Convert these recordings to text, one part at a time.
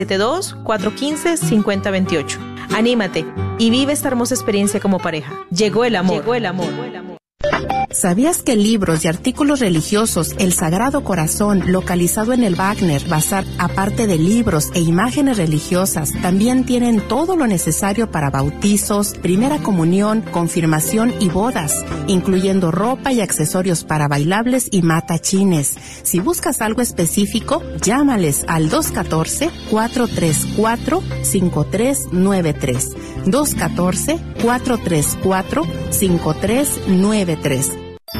72-415-5028. Anímate y vive esta hermosa experiencia como pareja. Llegó el amor. Llegó el amor. ¿Sabías que libros y artículos religiosos, el Sagrado Corazón, localizado en el Wagner Bazar, aparte de libros e imágenes religiosas, también tienen todo lo necesario para bautizos, primera comunión, confirmación y bodas, incluyendo ropa y accesorios para bailables y matachines? Si buscas algo específico, llámales al 214-434-5393. 214-434-5393.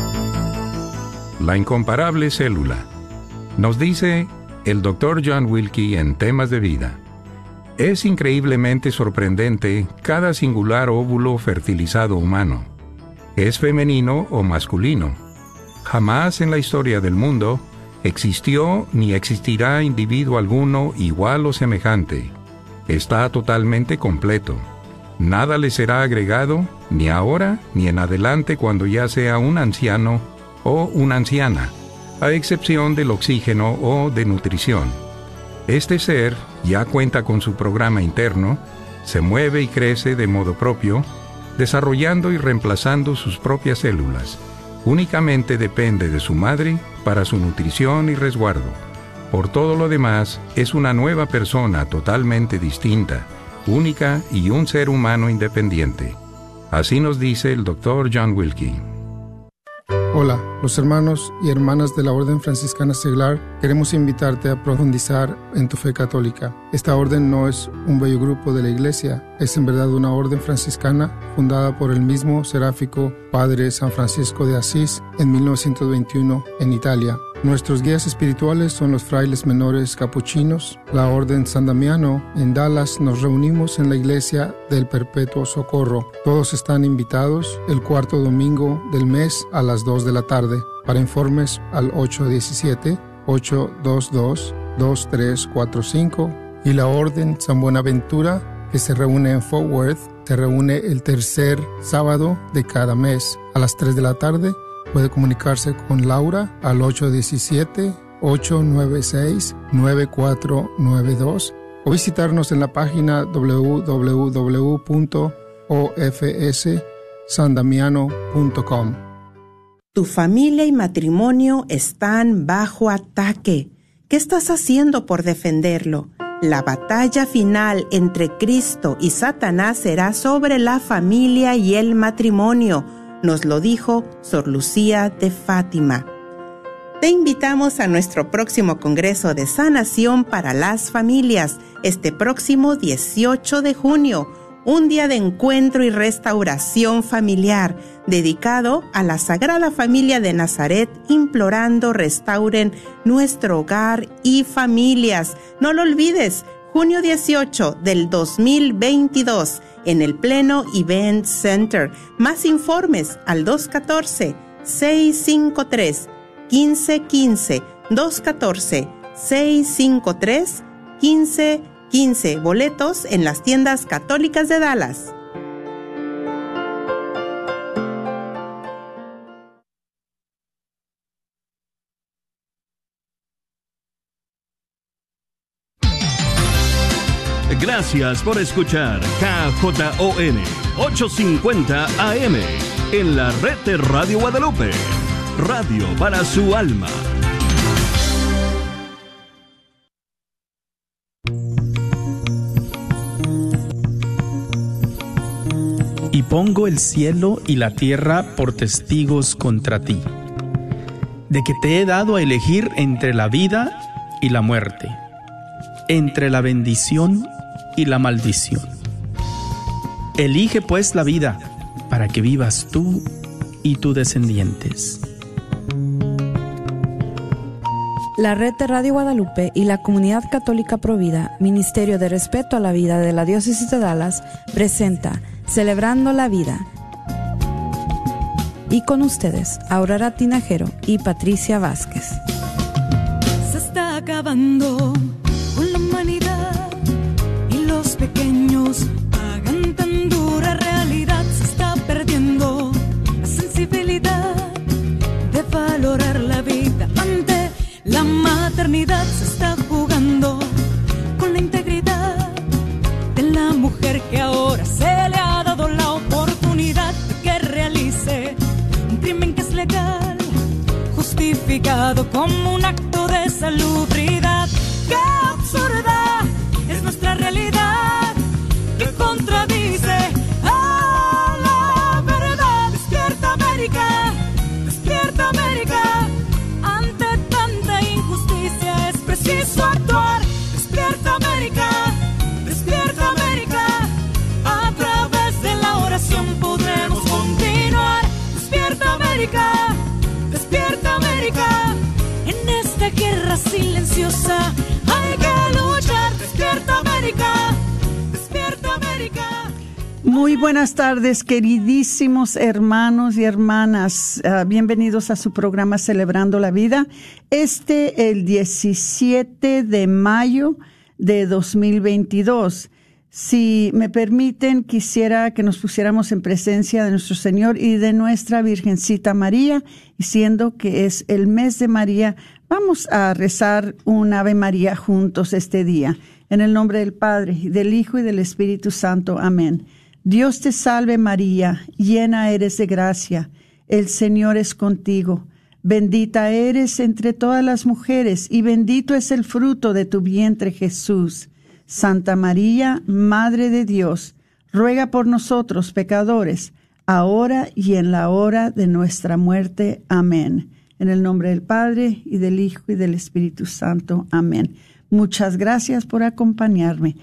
La incomparable célula. Nos dice el Dr. John Wilkie en Temas de Vida. Es increíblemente sorprendente cada singular óvulo fertilizado humano. ¿Es femenino o masculino? Jamás en la historia del mundo existió ni existirá individuo alguno igual o semejante. Está totalmente completo. Nada le será agregado, ni ahora ni en adelante cuando ya sea un anciano o una anciana, a excepción del oxígeno o de nutrición. Este ser ya cuenta con su programa interno, se mueve y crece de modo propio, desarrollando y reemplazando sus propias células. Únicamente depende de su madre para su nutrición y resguardo. Por todo lo demás, es una nueva persona totalmente distinta, única y un ser humano independiente. Así nos dice el Dr. John Wilkie. Hola, los hermanos y hermanas de la Orden Franciscana Seglar queremos invitarte a profundizar en tu fe católica. Esta orden no es un bello grupo de la Iglesia, es en verdad una orden franciscana fundada por el mismo seráfico Padre San Francisco de Asís en 1921 en Italia. Nuestros guías espirituales son los frailes menores capuchinos. La Orden San Damiano en Dallas nos reunimos en la Iglesia del Perpetuo Socorro. Todos están invitados el cuarto domingo del mes a las 2 de la tarde. Para informes al 817-822-2345. Y la Orden San Buenaventura, que se reúne en Fort Worth, se reúne el tercer sábado de cada mes a las 3 de la tarde. Puede comunicarse con Laura al 817-896-9492 o visitarnos en la página www.ofssandamiano.com. Tu familia y matrimonio están bajo ataque. ¿Qué estás haciendo por defenderlo? La batalla final entre Cristo y Satanás será sobre la familia y el matrimonio. Nos lo dijo Sor Lucía de Fátima. Te invitamos a nuestro próximo Congreso de Sanación para las Familias, este próximo 18 de junio, un día de encuentro y restauración familiar, dedicado a la Sagrada Familia de Nazaret, implorando restauren nuestro hogar y familias. No lo olvides, junio 18 del 2022, en el Pleno Event Center. Más informes al 214-653-1515, 214-653-1515. Boletos en las tiendas católicas de Dallas. Gracias por escuchar KJON 850 AM en la red de Radio Guadalupe. Radio para su alma. Y pongo el cielo y la tierra por testigos contra ti, de que te he dado a elegir entre la vida y la muerte, entre la bendición y la maldición. Elige pues la vida, para que vivas tú y tus descendientes. La Red de Radio Guadalupe y la Comunidad Católica Provida, Ministerio de Respeto a la Vida de la Diócesis de Dallas, presenta Celebrando la Vida. Y con ustedes, Aurora Tinajero y Patricia Vázquez. Se está acabando con la humanidad y los pequeños pagan tan dura realidad. Se está perdiendo la sensibilidad de valorar la vida ante la maternidad. Se está jugando con la integridad calificado como un acto de salubridad. ¡Qué absurda es nuestra realidad que contradice a la verdad! Despierta América, despierta América. Ante tanta injusticia es preciso actuar. Despierta América, despierta América. A través de la oración podremos continuar. Despierta América, despierta América. En esta guerra silenciosa hay que luchar. Despierta América, despierta América. Muy buenas tardes, queridísimos hermanos y hermanas. Bienvenidos a su programa Celebrando la Vida. El 17 de mayo de 2022. Si me permiten, quisiera que nos pusiéramos en presencia de nuestro Señor y de nuestra Virgencita María, y siendo que es el mes de María, vamos a rezar un Ave María juntos este día. En el nombre del Padre, y del Hijo, y del Espíritu Santo. Amén. Dios te salve María, llena eres de gracia, el Señor es contigo. Bendita eres entre todas las mujeres, y bendito es el fruto de tu vientre, Jesús. Santa María, Madre de Dios, ruega por nosotros pecadores, ahora y en la hora de nuestra muerte. Amén. En el nombre del Padre, y del Hijo, y del Espíritu Santo. Amén. Muchas gracias por acompañarme.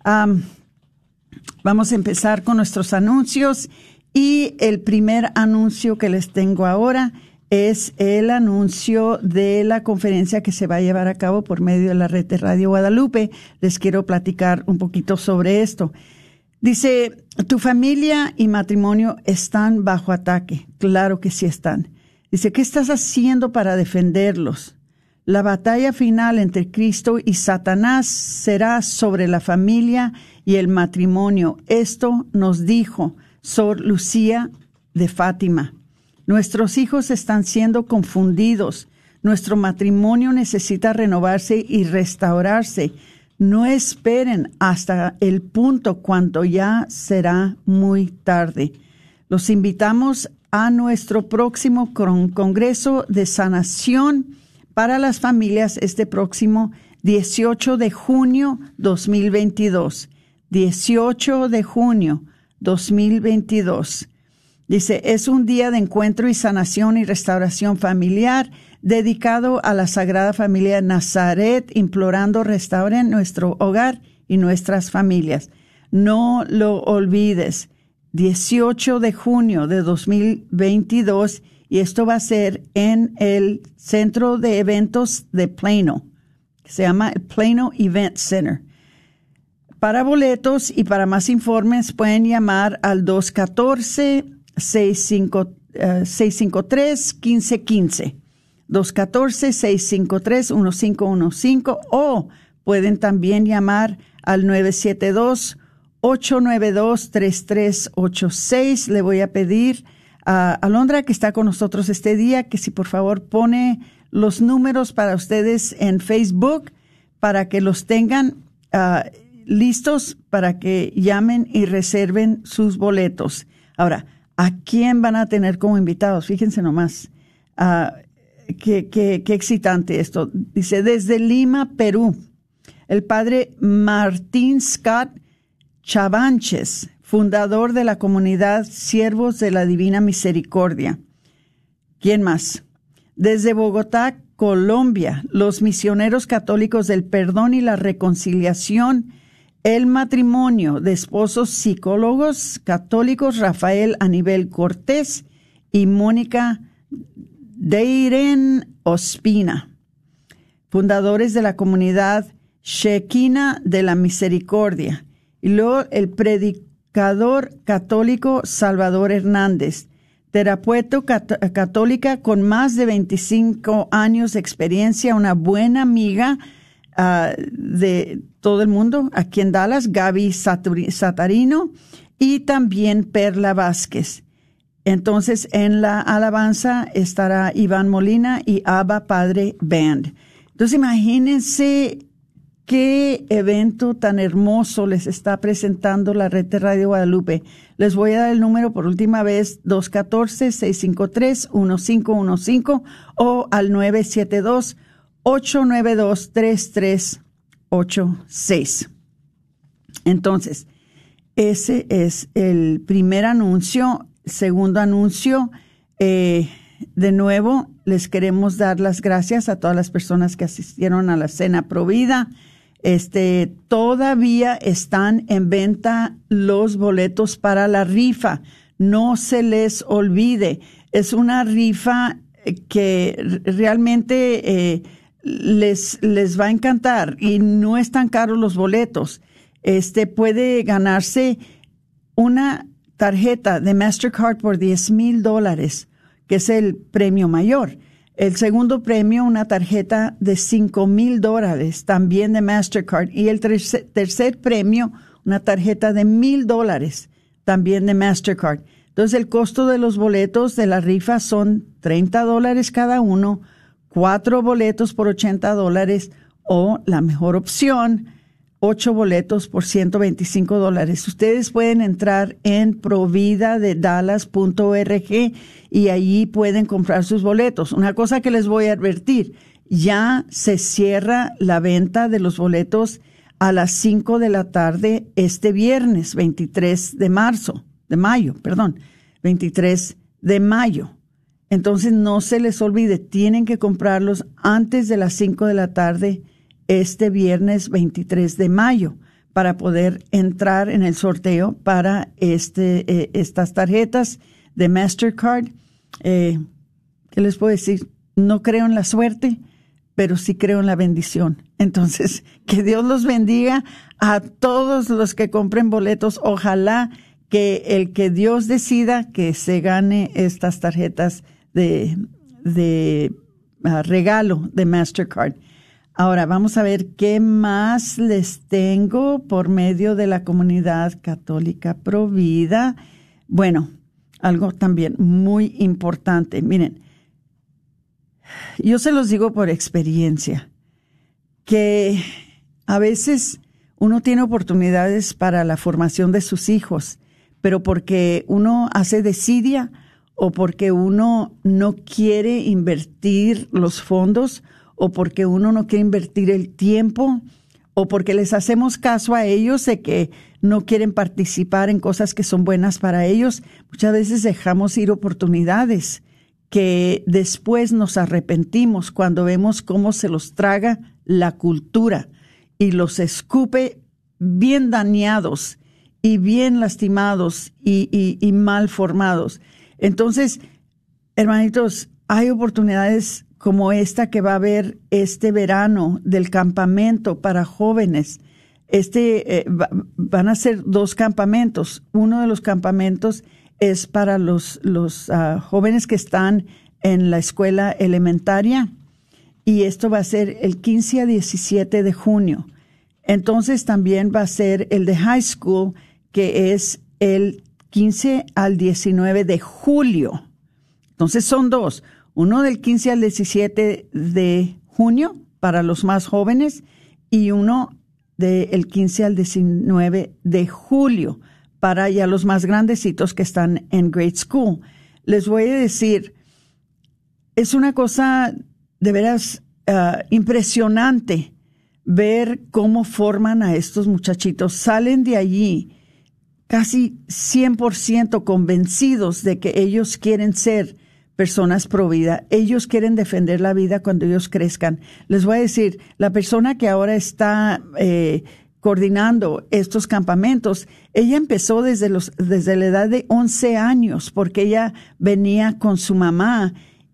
Vamos a empezar con nuestros anuncios, y el primer anuncio que les tengo ahora es el anuncio de la conferencia que se va a llevar a cabo por medio de la red de Radio Guadalupe. Les quiero platicar un poquito sobre esto. Dice, tu familia y matrimonio están bajo ataque. Claro que sí están. Dice, ¿qué estás haciendo para defenderlos? La batalla final entre Cristo y Satanás será sobre la familia y el matrimonio. Esto nos dijo Sor Lucía de Fátima. Nuestros hijos están siendo confundidos. Nuestro matrimonio necesita renovarse y restaurarse. No esperen hasta el punto cuando ya será muy tarde. Los invitamos a nuestro próximo Congreso de Sanación para las Familias este próximo 18 de junio 2022. 18 de junio 2022. Dice, es un día de encuentro y sanación y restauración familiar dedicado a la Sagrada Familia de Nazaret, implorando restauren nuestro hogar y nuestras familias. No lo olvides, 18 de junio de 2022, y esto va a ser en el Centro de Eventos de Plano, que se llama el Plano Event Center. Para boletos y para más informes pueden llamar al 214-653-1515. 214-653-1515, o pueden también llamar al 972-892-3386. Le voy a pedir a Alondra, que está con nosotros este día, que si por favor pone los números para ustedes en Facebook para que los tengan listos para que llamen y reserven sus boletos. Ahora, ¿a quién van a tener como invitados? Fíjense nomás. Qué excitante esto. Dice, desde Lima, Perú, el padre Martín Scott Chavanches, fundador de la comunidad Siervos de la Divina Misericordia. ¿Quién más? Desde Bogotá, Colombia, los misioneros católicos del perdón y la reconciliación, el matrimonio de esposos psicólogos católicos Rafael Aníbal Cortés y Mónica Deiren Ospina, fundadores de la comunidad Shekinah de la Misericordia, y luego el predicador católico Salvador Hernández, terapeuta católica con más de 25 años de experiencia, una buena amiga de todo el mundo, aquí en Dallas, Gaby Satarino, y también Perla Vázquez. Entonces, en la alabanza estará Iván Molina y Abba Padre Band. Entonces, imagínense qué evento tan hermoso les está presentando la Red de Radio Guadalupe. Les voy a dar el número por última vez, 214-653-1515 o al 972-892-3386. Entonces, ese es el primer anuncio. Segundo anuncio, de nuevo, les queremos dar las gracias a todas las personas que asistieron a la Cena Provida. Todavía están en venta los boletos para la rifa. No se les olvide. Es una rifa que realmente les va a encantar y no están caros los boletos. Puede ganarse una tarjeta de Mastercard por $10,000, que es el premio mayor. El segundo premio, una tarjeta de $5,000, también de Mastercard. Y el tercer premio, una tarjeta de $1,000, también de Mastercard. Entonces, el costo de los boletos de la rifa son $30 cada uno, 4 boletos por $80, o la mejor opción, 8 boletos por $125. Ustedes pueden entrar en providadedallas.org y allí pueden comprar sus boletos. Una cosa que les voy a advertir, ya se cierra la venta de los boletos a las 5 de la tarde este viernes, 23 de mayo. Entonces no se les olvide, tienen que comprarlos antes de las 5 de la tarde este viernes 23 de mayo para poder entrar en el sorteo para estas tarjetas de Mastercard. ¿Qué les puedo decir? No creo en la suerte, pero sí creo en la bendición. Entonces, que Dios los bendiga a todos los que compren boletos. Ojalá que el que Dios decida que se gane estas tarjetas de regalo de Mastercard. Ahora vamos a ver qué más les tengo por medio de la Comunidad Católica Provida. Bueno, algo también muy importante. Miren, yo se los digo por experiencia, que a veces uno tiene oportunidades para la formación de sus hijos, pero porque uno hace desidia o porque uno no quiere invertir los fondos, o porque uno no quiere invertir el tiempo, o porque les hacemos caso a ellos de que no quieren participar en cosas que son buenas para ellos, muchas veces dejamos ir oportunidades que después nos arrepentimos cuando vemos cómo se los traga la cultura y los escupe bien dañados y bien lastimados y mal formados. Entonces, hermanitos, hay oportunidades como esta que va a haber este verano del campamento para jóvenes. Van a ser 2 campamentos. Uno de los campamentos es para los jóvenes que están en la escuela elementaria, y esto va a ser el 15 a 17 de junio. Entonces también va a ser el de high school, que es el 15 al 19 de julio. Entonces son 2. Uno del 15 al 17 de junio para los más jóvenes y uno del 15 al 19 de julio para ya los más grandecitos que están en grade school. Les voy a decir, es una cosa de veras impresionante ver cómo forman a estos muchachitos. Salen de allí casi 100% convencidos de que ellos quieren ser personas pro vida. Ellos quieren defender la vida cuando ellos crezcan. Les voy a decir, la persona que ahora está coordinando estos campamentos, ella empezó desde la edad de 11 años, porque ella venía con su mamá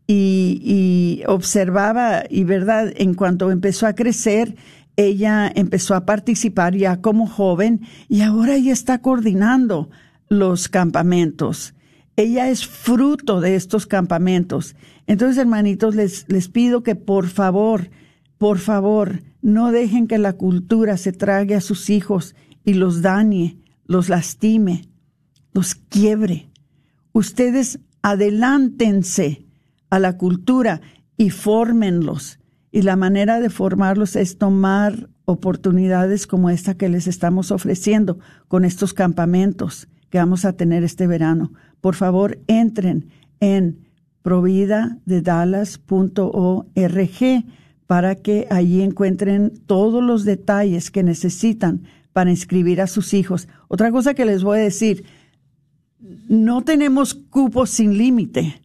y observaba, y verdad, en cuanto empezó a crecer, ella empezó a participar ya como joven, y ahora ella está coordinando los campamentos. Ella es fruto de estos campamentos. Entonces, hermanitos, les pido que por favor, no dejen que la cultura se trague a sus hijos y los dañe, los lastime, los quiebre. Ustedes adelántense a la cultura y fórmenlos. Y la manera de formarlos es tomar oportunidades como esta que les estamos ofreciendo con estos campamentos que vamos a tener este verano. Por favor, entren en providadedallas.org para que allí encuentren todos los detalles que necesitan para inscribir a sus hijos. Otra cosa que les voy a decir, no tenemos cupos sin límite.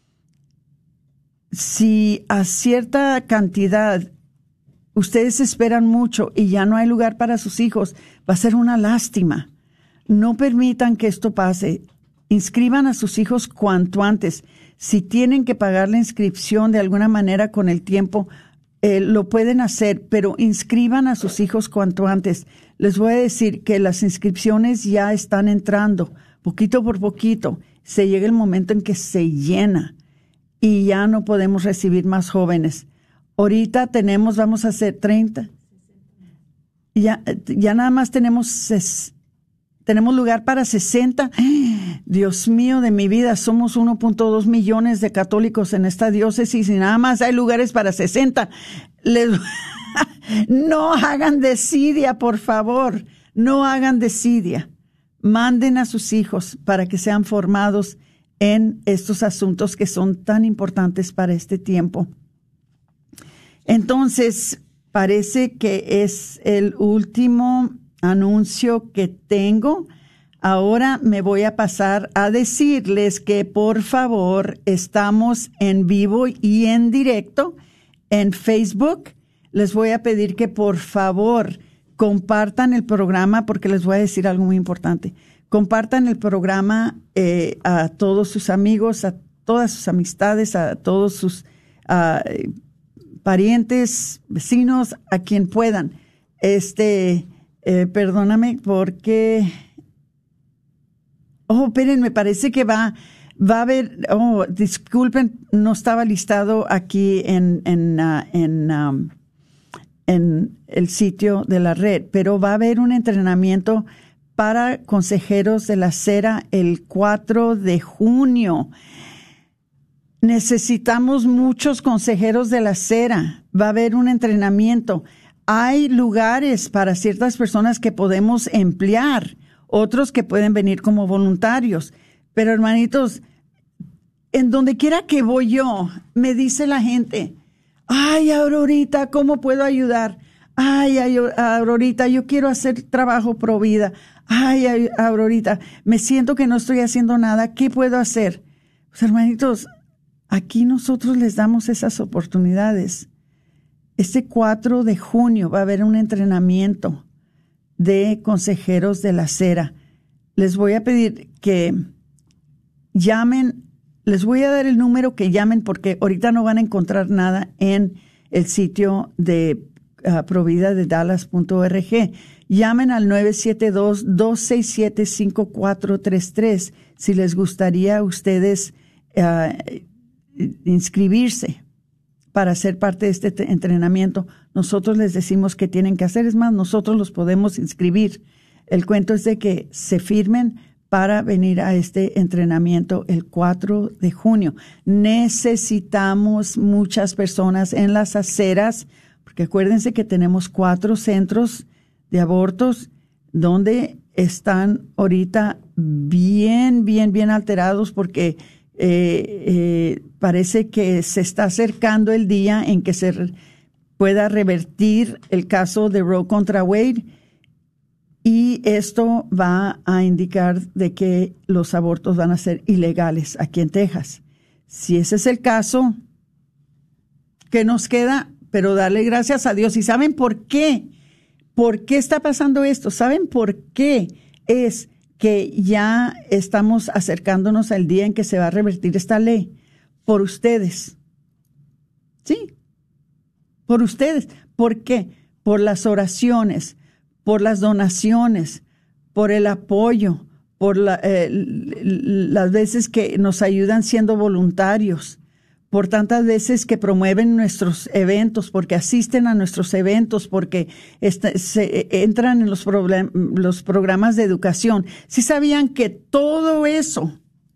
Si a cierta cantidad ustedes esperan mucho y ya no hay lugar para sus hijos, va a ser una lástima. No permitan que esto pase. Inscriban a sus hijos cuanto antes. Si tienen que pagar la inscripción de alguna manera con el tiempo, lo pueden hacer, pero inscriban a sus hijos cuanto antes. Les voy a decir que las inscripciones ya están entrando, poquito por poquito. Se llega el momento en que se llena y ya no podemos recibir más jóvenes. Ahorita vamos a hacer 30. Ya nada más tenemos lugar para 60. Dios mío de mi vida, somos 1.2 millones de católicos en esta diócesis y nada más hay lugares para 60. No hagan desidia, por favor. No hagan desidia. Manden a sus hijos para que sean formados en estos asuntos que son tan importantes para este tiempo. Entonces, parece que es el último anuncio que tengo. Ahora me voy a pasar a decirles que, por favor, estamos en vivo y en directo en Facebook. Les voy a pedir que, por favor, compartan el programa porque les voy a decir algo muy importante. Compartan el programa a todos sus amigos, a todas sus amistades, a todos sus parientes, vecinos, a quien puedan. Perdóname porque... espérenme, parece que va a haber... disculpen, no estaba listado aquí en el sitio de la red, pero va a haber un entrenamiento para consejeros de la cera el 4 de junio. Necesitamos muchos consejeros de la cera. Va a haber un entrenamiento. Hay lugares para ciertas personas que podemos emplear, otros que pueden venir como voluntarios. Pero, hermanitos, en donde quiera que voy yo, me dice la gente, ay, Aurorita, ¿cómo puedo ayudar? Ay, Aurorita, yo quiero hacer trabajo pro vida. Ay, Aurorita, me siento que no estoy haciendo nada. ¿Qué puedo hacer? Pues, hermanitos, aquí nosotros les damos esas oportunidades. Este 4 de junio va a haber un entrenamiento de consejeros de la cera. Les voy a pedir que llamen. Les voy a dar el número que llamen porque ahorita no van a encontrar nada en el sitio de providadedallas.org. Llamen al 972-267-5433 si les gustaría a ustedes inscribirse para ser parte de este entrenamiento. Nosotros les decimos qué tienen que hacer. Es más, nosotros los podemos inscribir. El cuento es de que se firmen para venir a este entrenamiento el 4 de junio. Necesitamos muchas personas en las aceras, porque acuérdense que tenemos 4 centros de abortos donde están ahorita bien alterados porque parece que se está acercando el día en que se pueda revertir el caso de Roe contra Wade. Y esto va a indicar de que los abortos van a ser ilegales aquí en Texas. Si ese es el caso, ¿qué nos queda? Pero darle gracias a Dios. ¿Y saben por qué? ¿Por qué está pasando esto? ¿Saben por qué? Es que ya estamos acercándonos al día en que se va a revertir esta ley. Por ustedes. Sí, por ustedes. ¿Por qué? Por las oraciones, por las donaciones, por el apoyo, por las veces que nos ayudan siendo voluntarios, por tantas veces que promueven nuestros eventos, porque asisten a nuestros eventos, porque entran en los programas de educación. ¿Sí sabían que todo eso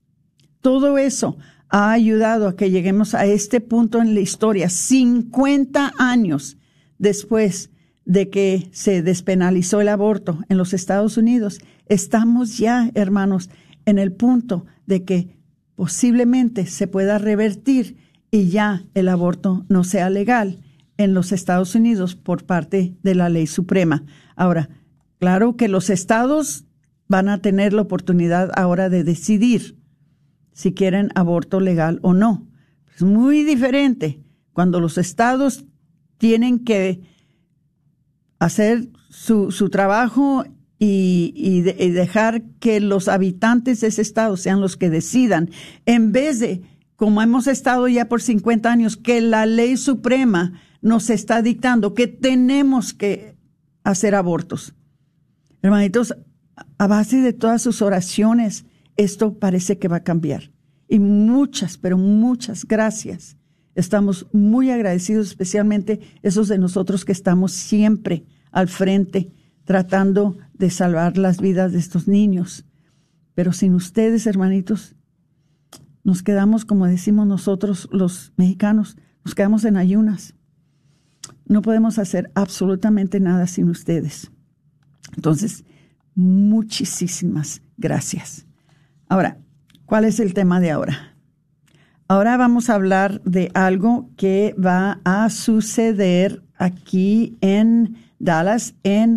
ha ayudado a que lleguemos a este punto en la historia, 50 años después de que se despenalizó el aborto en los Estados Unidos, estamos ya, hermanos, en el punto de que posiblemente se pueda revertir y ya el aborto no sea legal en los Estados Unidos por parte de la Ley Suprema. Ahora, claro que los estados van a tener la oportunidad ahora de decidir si quieren aborto legal o no. Es muy diferente cuando los estados tienen que hacer su trabajo y dejar que los habitantes de ese estado sean los que decidan, en vez de, como hemos estado ya por 50 años, que la Ley Suprema nos está dictando que tenemos que hacer abortos. Hermanitos, a base de todas sus oraciones, esto parece que va a cambiar. Y muchas, pero muchas gracias. Estamos muy agradecidos, especialmente esos de nosotros que estamos siempre al frente, tratando de salvar las vidas de estos niños. Pero sin ustedes, hermanitos, nos quedamos, como decimos nosotros los mexicanos, nos quedamos en ayunas. No podemos hacer absolutamente nada sin ustedes. Entonces, muchísimas gracias. Ahora, ¿cuál es el tema de ahora? Ahora vamos a hablar de algo que va a suceder aquí en Dallas,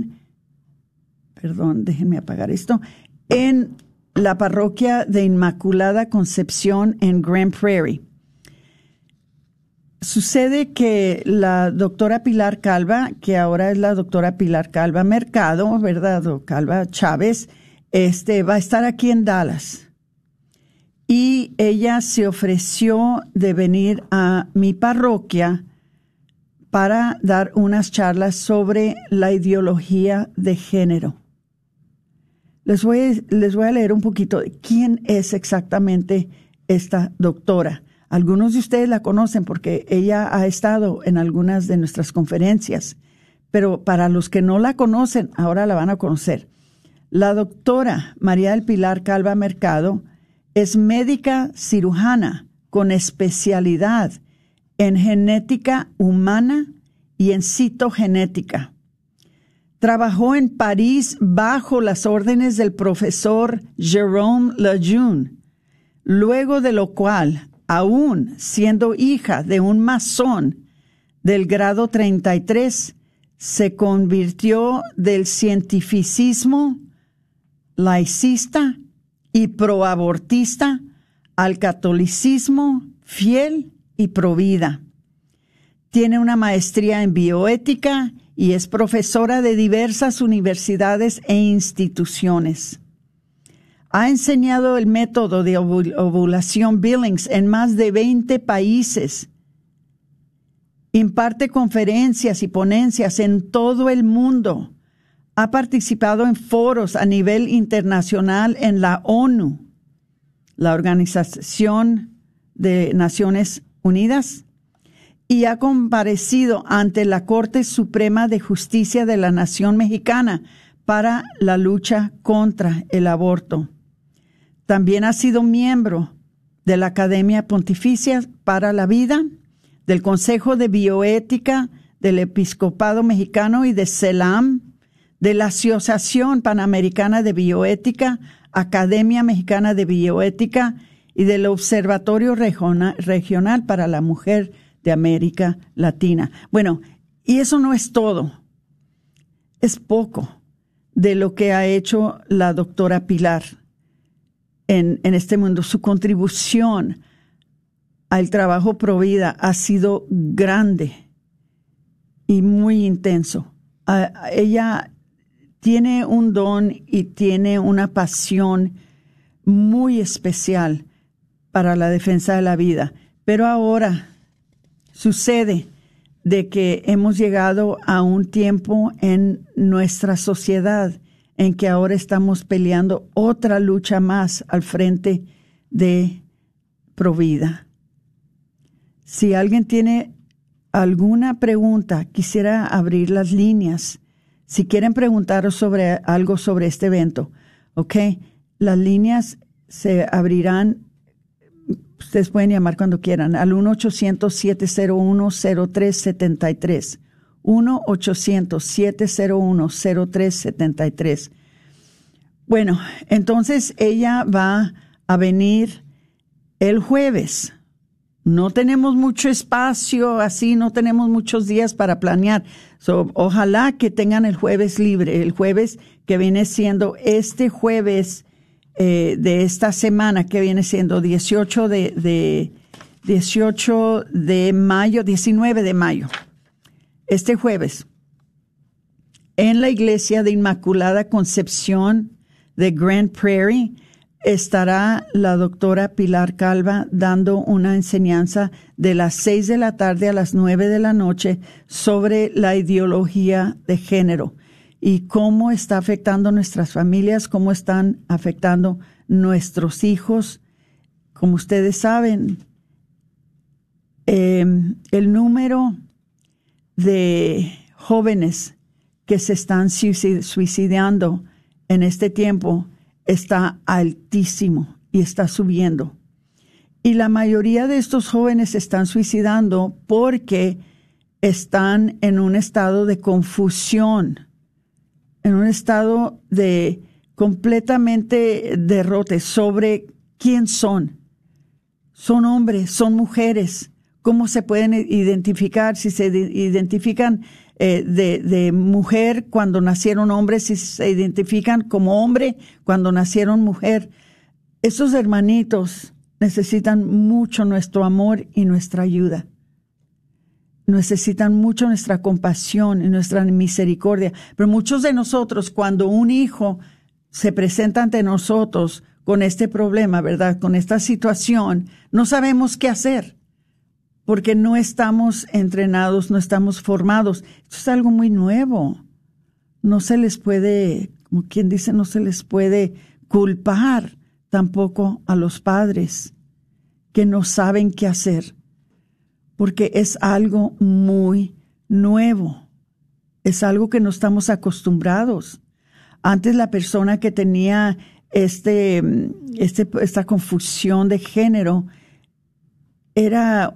déjenme apagar esto, en la parroquia de Inmaculada Concepción en Grand Prairie. Sucede que la doctora Pilar Calva, que ahora es la doctora Pilar Calva Mercado, ¿verdad? O Calva Chávez, va a estar aquí en Dallas. Y ella se ofreció de venir a mi parroquia para dar unas charlas sobre la ideología de género. Les voy a leer un poquito de quién es exactamente esta doctora. Algunos de ustedes la conocen porque ella ha estado en algunas de nuestras conferencias, pero para los que no la conocen, ahora la van a conocer. La doctora María del Pilar Calva Mercado es médica cirujana con especialidad en genética humana y en citogenética. Trabajó en París bajo las órdenes del profesor Jérôme Lejeune, luego de lo cual, aún siendo hija de un masón del grado 33, se convirtió del cientificismo laicista y proabortista al catolicismo fiel y provida. Tiene una maestría en bioética y es profesora de diversas universidades e instituciones. Ha enseñado el método de ovulación Billings en más de 20 países. Imparte conferencias y ponencias en todo el mundo. Ha participado en foros a nivel internacional en la ONU, la Organización de Naciones Unidas, y ha comparecido ante la Corte Suprema de Justicia de la Nación Mexicana para la lucha contra el aborto. También ha sido miembro de la Academia Pontificia para la Vida, del Consejo de Bioética, del Episcopado Mexicano y de CELAM, de la Asociación Panamericana de Bioética, Academia Mexicana de Bioética y del Observatorio Regional para la Mujer de América Latina. Bueno, y eso no es todo. Es poco de lo que ha hecho la doctora Pilar en este mundo. Su contribución al trabajo pro vida ha sido grande y muy intenso. Ella tiene un don y tiene una pasión muy especial para la defensa de la vida. Pero ahora sucede de que hemos llegado a un tiempo en nuestra sociedad en que ahora estamos peleando otra lucha más al frente de Provida. Si alguien tiene alguna pregunta, quisiera abrir las líneas. Si quieren preguntar sobre algo sobre este evento, ¿ok? Las líneas se abrirán. Ustedes pueden llamar cuando quieran al 1-800-701-0373. 1-800-701-0373. Bueno, entonces ella va a venir el jueves. No tenemos mucho espacio, así no tenemos muchos días para planear. Ojalá que tengan el jueves libre, el jueves que viene siendo este jueves de esta semana, que viene siendo 19 de mayo. Este jueves, en la Iglesia de Inmaculada Concepción de Grand Prairie, estará la doctora Pilar Calva dando una enseñanza de las 6 de la tarde a las 9 de la noche sobre la ideología de género y cómo está afectando nuestras familias, cómo están afectando nuestros hijos. Como ustedes saben, el número de jóvenes que se están suicidando en este tiempo está altísimo y está subiendo. Y la mayoría de estos jóvenes se están suicidando porque están en un estado de confusión, en un estado de completamente derrote sobre quién son. ¿Son hombres? ¿Son mujeres? ¿Cómo se pueden identificar? Si se identifican de mujer cuando nacieron hombres, si se identifican como hombre cuando nacieron mujer. Esos hermanitos necesitan mucho nuestro amor y nuestra ayuda. Necesitan mucho nuestra compasión y nuestra misericordia. Pero muchos de nosotros, cuando un hijo se presenta ante nosotros con este problema, ¿verdad? Con esta situación, no sabemos qué hacer. Porque no estamos entrenados, no estamos formados. Esto es algo muy nuevo. No se les puede, como quien dice, no se les puede culpar tampoco a los padres que no saben qué hacer. Porque es algo muy nuevo. Es algo que no estamos acostumbrados. Antes la persona que tenía esta confusión de género era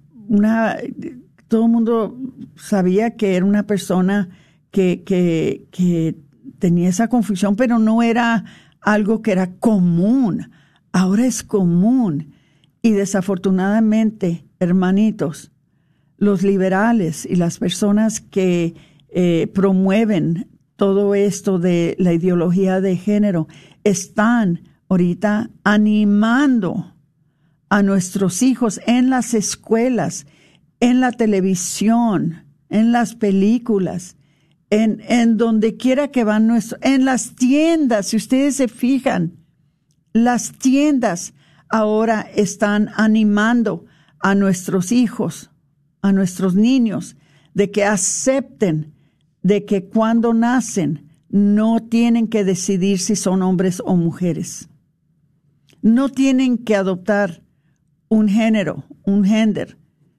todo el mundo sabía que era una persona que tenía esa confusión, pero no era algo que era común. Ahora es común. Y desafortunadamente, hermanitos, los liberales y las personas que promueven todo esto de la ideología de género están ahorita animando a nuestros hijos en las escuelas, en la televisión, en las películas, en donde quiera que van en las tiendas. Si ustedes se fijan, las tiendas ahora están animando a nuestros hijos, a nuestros niños, de que acepten de que cuando nacen no tienen que decidir si son hombres o mujeres. No tienen que adoptar un género, un gender.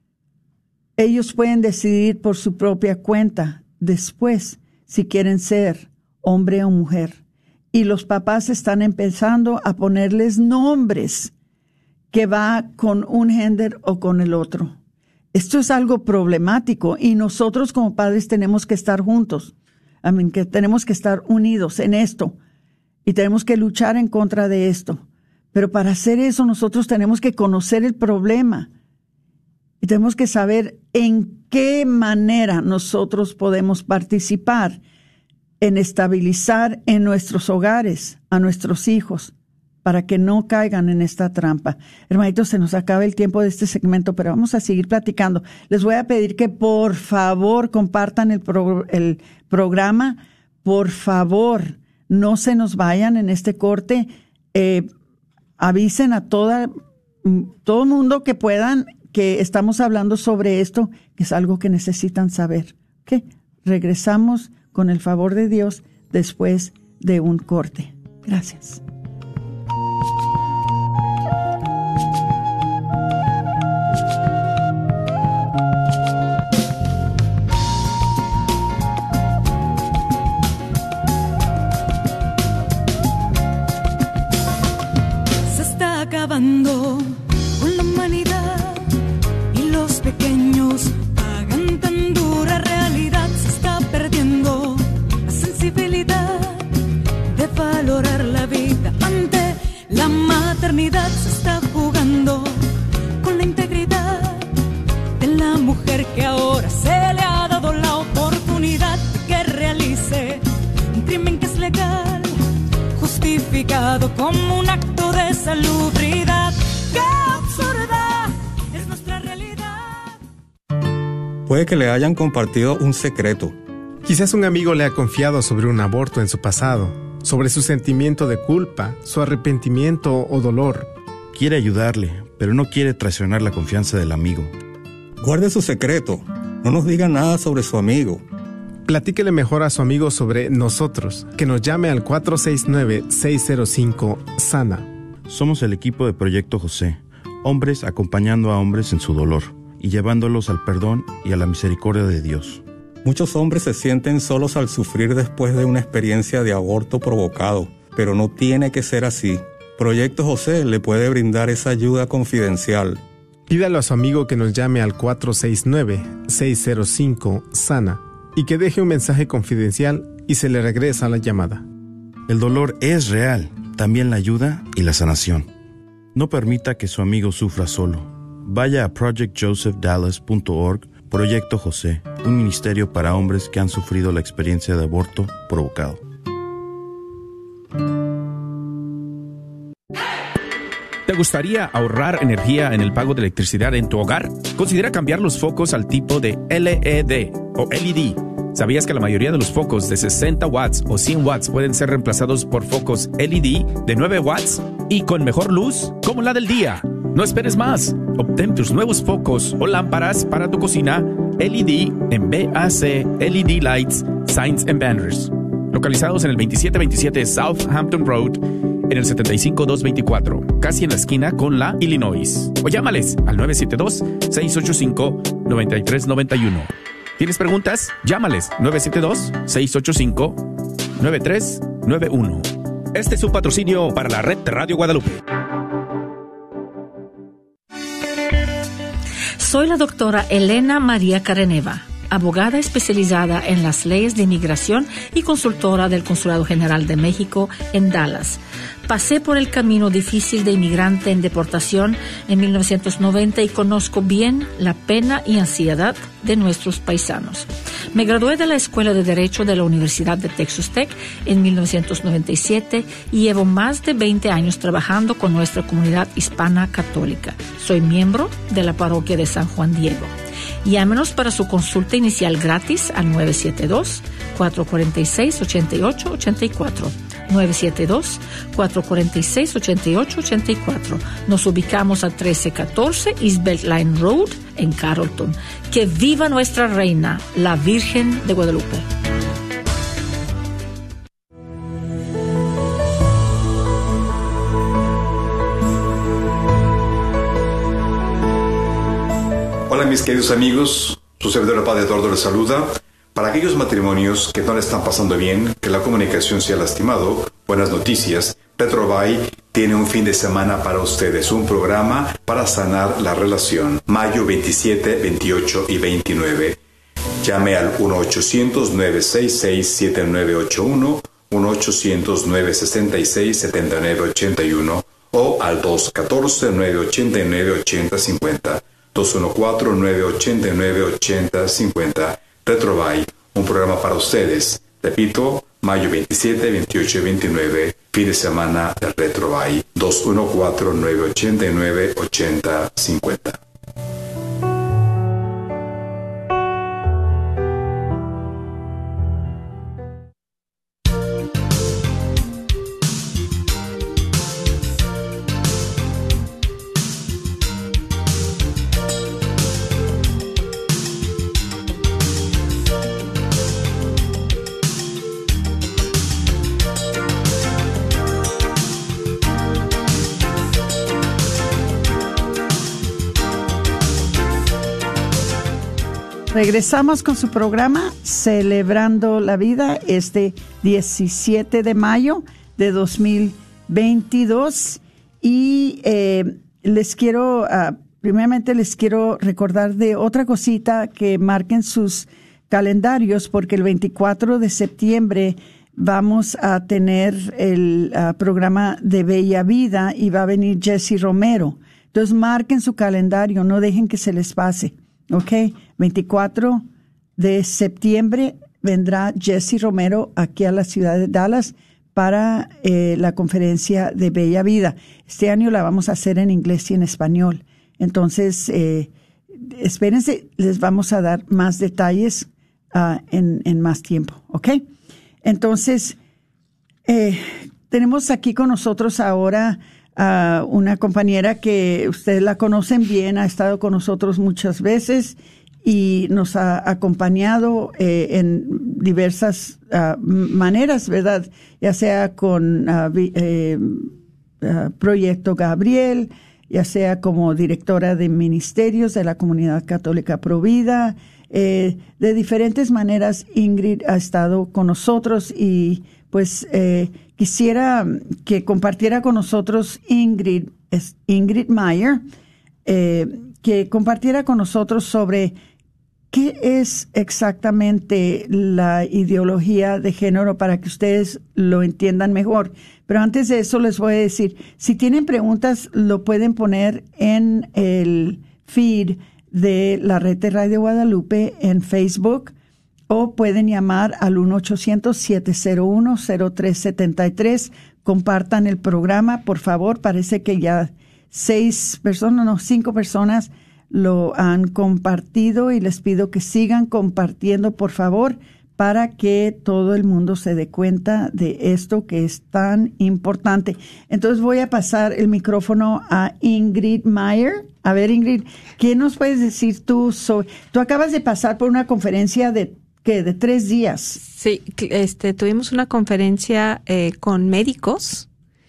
Ellos pueden decidir por su propia cuenta después si quieren ser hombre o mujer. Y los papás están empezando a ponerles nombres que va con un gender o con el otro. Esto es algo problemático y nosotros como padres tenemos que estar juntos. Que tenemos que estar unidos en esto y tenemos que luchar en contra de esto. Pero para hacer eso nosotros tenemos que conocer el problema y tenemos que saber en qué manera nosotros podemos participar en estabilizar en nuestros hogares a nuestros hijos para que no caigan en esta trampa. Hermanitos, se nos acaba el tiempo de este segmento, pero vamos a seguir platicando. Les voy a pedir que por favor compartan el programa. Por favor, no se nos vayan en este corte. Avisen a todo mundo que puedan que estamos hablando sobre esto, que es algo que necesitan saber. ¿Ok? Regresamos con el favor de Dios después de un corte. Gracias. Acabando con la humanidad y los pequeños pagan tan dura realidad. valorar la vida ante la maternidad. Se está jugando con la integridad de la mujer que ahora se le ha dado la oportunidad de que realice un crimen que es legal, justificado como un acto de salubridad. ¡Qué absurda es nuestra realidad! Puede que le hayan compartido un secreto. Quizás un amigo le ha confiado sobre un aborto en su pasado, sobre su sentimiento de culpa, su arrepentimiento o dolor. Quiere ayudarle, pero no quiere traicionar la confianza del amigo. Guarde su secreto. No nos diga nada sobre su amigo. Platíquele mejor a su amigo sobre nosotros, que nos llame al 469-605-SANA. Somos el equipo de Proyecto José, hombres acompañando a hombres en su dolor y llevándolos al perdón y a la misericordia de Dios. Muchos hombres se sienten solos al sufrir después de una experiencia de aborto provocado, pero no tiene que ser así. Proyecto José le puede brindar esa ayuda confidencial. Pídalo a su amigo que nos llame al 469-605-SANA y que deje un mensaje confidencial y se le regresa la llamada. El dolor es real, también la ayuda y la sanación. No permita que su amigo sufra solo. Vaya a projectjosephDallas.org. Proyecto José, un ministerio para hombres que han sufrido la experiencia de aborto provocado. ¿Te gustaría ahorrar energía en el pago de electricidad en tu hogar? Considera cambiar los focos al tipo de LED o LED. ¿Sabías que la mayoría de los focos de 60 watts o 100 watts pueden ser reemplazados por focos LED de 9 watts y con mejor luz, como la del día? No esperes más. Obtén tus nuevos focos o lámparas para tu cocina LED en BAC LED Lights, Signs and Banners. Localizados en el 2727 Southampton Road, en el 75224, casi en la esquina con la Illinois. O llámales al 972-685-9391. ¿Tienes preguntas? Llámales 972-685-9391. Este es un patrocinio para la red de Radio Guadalupe. Soy la doctora Elena María Careneva, abogada especializada en las leyes de inmigración y consultora del Consulado General de México en Dallas. Pasé por el camino difícil de inmigrante en deportación en 1990 y conozco bien la pena y ansiedad de nuestros paisanos. Me gradué de la Escuela de Derecho de la Universidad de Texas Tech en 1997 y llevo más de 20 años trabajando con nuestra comunidad hispana católica. Soy miembro de la parroquia de San Juan Diego. Llámenos para su consulta inicial gratis al 972-446-8884. 972-446-8884. Nos ubicamos a 1314 East Beltline Road en Carrollton. Que viva nuestra reina, la Virgen de Guadalupe. Hola mis queridos amigos, su servidor el Padre Eduardo les saluda. Para aquellos matrimonios que no le están pasando bien, que la comunicación se ha lastimado, buenas noticias. Petrobay tiene un fin de semana para ustedes, un programa para sanar la relación. Mayo 27, 28 y 29. Llame al 1-800-966-7981, 1-800-966-7981 o al 214-989-8050, 214-989-8050. Petrobay, un programa para ustedes. Repito, mayo 27, 28 y 29, fin de semana de Retrobay, 214-989-8050. Regresamos con su programa Celebrando la Vida este 17 de mayo de 2022 y primeramente les quiero recordar de otra cosita que marquen sus calendarios porque el 24 de septiembre vamos a tener el programa de Bella Vida y va a venir Jessy Romero. Entonces marquen su calendario, no dejen que se les pase, ¿ok? 24 de septiembre vendrá Jessy Romero aquí a la ciudad de Dallas para la conferencia de Bella Vida. Este año la vamos a hacer en inglés y en español. Entonces, espérense, les vamos a dar más detalles en más tiempo, ¿ok? Entonces, tenemos aquí con nosotros ahora a una compañera que ustedes la conocen bien, ha estado con nosotros muchas veces y nos ha acompañado en diversas maneras, ¿verdad? Ya sea con Proyecto Gabriel, ya sea como directora de ministerios de la Comunidad Católica Provida. De diferentes maneras, Ingrid ha estado con nosotros y pues quisiera que compartiera con nosotros Ingrid Meyer, que compartiera con nosotros sobre qué es exactamente la ideología de género para que ustedes lo entiendan mejor. Pero antes de eso les voy a decir, si tienen preguntas, lo pueden poner en el feed de la Red de Radio Guadalupe en Facebook o pueden llamar al 1-800-701-0373. Compartan el programa, por favor. Parece que ya 5 personas lo han compartido y les pido que sigan compartiendo, por favor, para que todo el mundo se dé cuenta de esto que es tan importante. Entonces voy a pasar el micrófono a Ingrid Meyer. A ver, Ingrid, ¿qué nos puedes decir tú? Tú acabas de pasar por una conferencia de 3 días. Sí, tuvimos una conferencia con médicos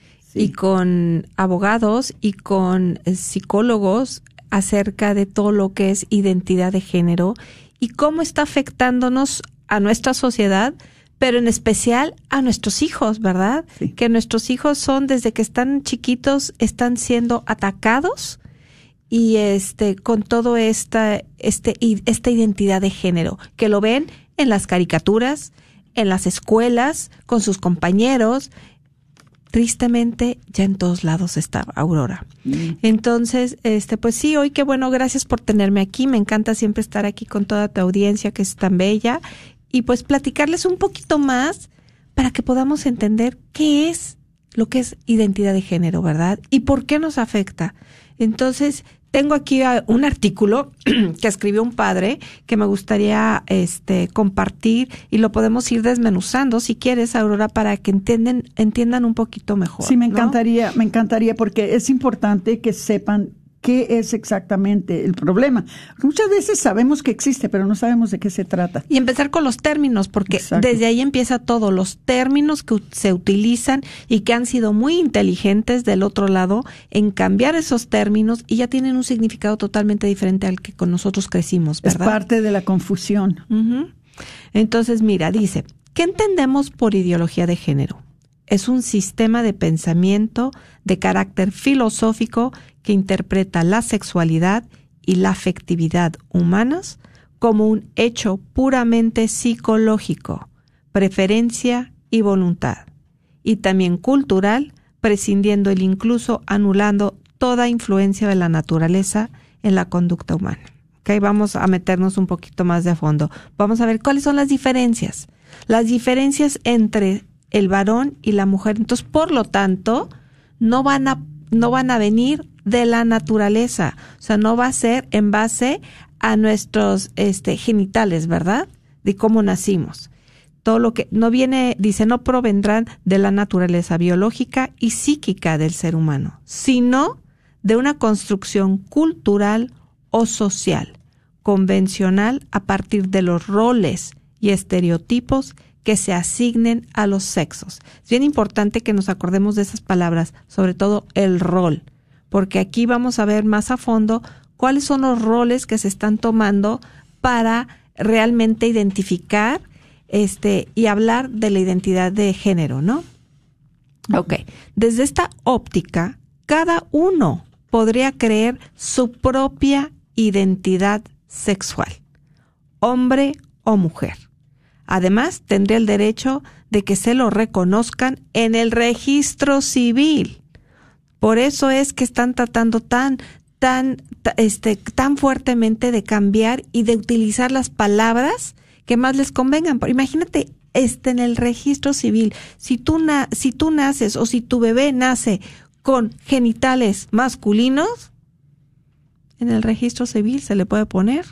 y con abogados y con psicólogos acerca de todo lo que es identidad de género y cómo está afectándonos a nuestra sociedad, pero en especial a nuestros hijos, ¿verdad? Sí. Que nuestros hijos son, desde que están chiquitos, están siendo atacados y con todo esta identidad de género, que lo ven en las caricaturas, en las escuelas, con sus compañeros. Tristemente, ya en todos lados está, Aurora. Entonces, pues sí, hoy qué bueno, gracias por tenerme aquí. Me encanta siempre estar aquí con toda tu audiencia que es tan bella y pues platicarles un poquito más para que podamos entender qué es lo que es identidad de género, ¿verdad? Y por qué nos afecta. Entonces, tengo aquí un artículo que escribió un padre que me gustaría compartir y lo podemos ir desmenuzando, si quieres, Aurora, para que entiendan un poquito mejor. Sí, me encantaría porque es importante que sepan qué es exactamente el problema. Muchas veces sabemos que existe, pero no sabemos de qué se trata. Y empezar con los términos, porque desde ahí empieza todo. Los términos que se utilizan y que han sido muy inteligentes del otro lado en cambiar esos términos y ya tienen un significado totalmente diferente al que con nosotros crecimos, ¿verdad? Es parte de la confusión. Uh-huh. Entonces, mira, dice, ¿qué entendemos por ideología de género? Es un sistema de pensamiento de carácter filosófico que interpreta la sexualidad y la afectividad humanas como un hecho puramente psicológico, preferencia y voluntad, y también cultural, prescindiendo e incluso anulando toda influencia de la naturaleza en la conducta humana. Okay, vamos a meternos un poquito más de fondo. Vamos a ver cuáles son las diferencias. Las diferencias entre el varón y la mujer. Entonces, por lo tanto, no van a venir de la naturaleza. O sea, no va a ser en base a nuestros genitales, ¿verdad? De cómo nacimos. Todo lo que no viene, dice, no provendrán de la naturaleza biológica y psíquica del ser humano, sino de una construcción cultural o social, convencional a partir de los roles y estereotipos que se asignen a los sexos. Es bien importante que nos acordemos de esas palabras, sobre todo el rol, porque aquí vamos a ver más a fondo cuáles son los roles que se están tomando para realmente identificar y hablar de la identidad de género, ¿no? Ok. Desde esta óptica, cada uno podría creer su propia identidad sexual, hombre o mujer. Además, tendría el derecho de que se lo reconozcan en el registro civil. Por eso es que están tratando tan fuertemente de cambiar y de utilizar las palabras que más les convengan. Imagínate, en el registro civil, si tú naces o si tu bebé nace con genitales masculinos, en el registro civil se le puede poner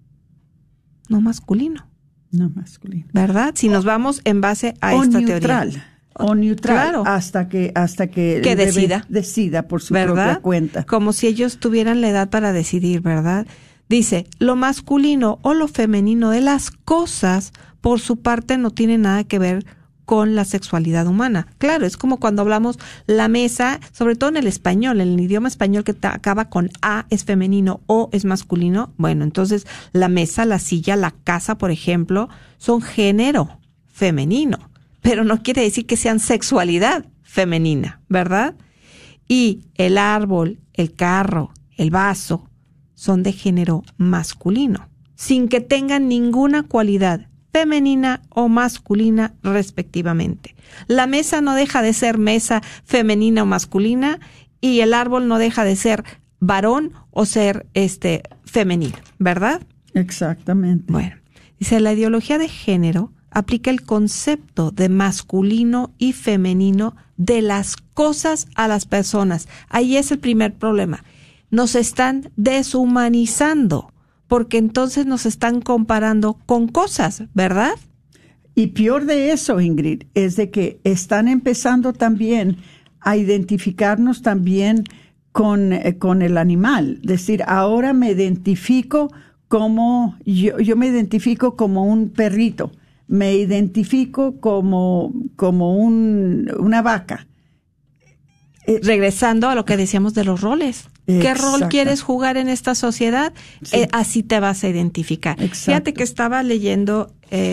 no masculino. No masculino. ¿Verdad? Si nos vamos en base a esta teoría. O neutral, claro. hasta que el bebé decida por su propia cuenta. Como si ellos tuvieran la edad para decidir, ¿verdad? Dice, lo masculino o lo femenino de las cosas, por su parte, no tiene nada que ver con la sexualidad humana. Claro, es como cuando hablamos la mesa, sobre todo en el español, en el idioma español que acaba con A es femenino o es masculino. Bueno, entonces la mesa, la silla, la casa, por ejemplo, son género femenino, pero no quiere decir que sean sexualidad femenina, ¿verdad? Y el árbol, el carro, el vaso son de género masculino, sin que tengan ninguna cualidad femenina o masculina respectivamente. La mesa no deja de ser mesa femenina o masculina y el árbol no deja de ser varón o ser femenino, ¿verdad? Exactamente. Bueno, dice, la ideología de género aplica el concepto de masculino y femenino de las cosas a las personas. Ahí es el primer problema. Nos están deshumanizando, porque entonces nos están comparando con cosas, ¿verdad? Y peor de eso, Ingrid, es de que están empezando también a identificarnos también con el animal. Es decir, ahora me identifico como, yo me identifico como un perrito. Me identifico como una vaca. Regresando a lo que decíamos de los roles. ¿Qué rol quieres jugar en esta sociedad? Sí. Así te vas a identificar. Exacto. Fíjate que estaba leyendo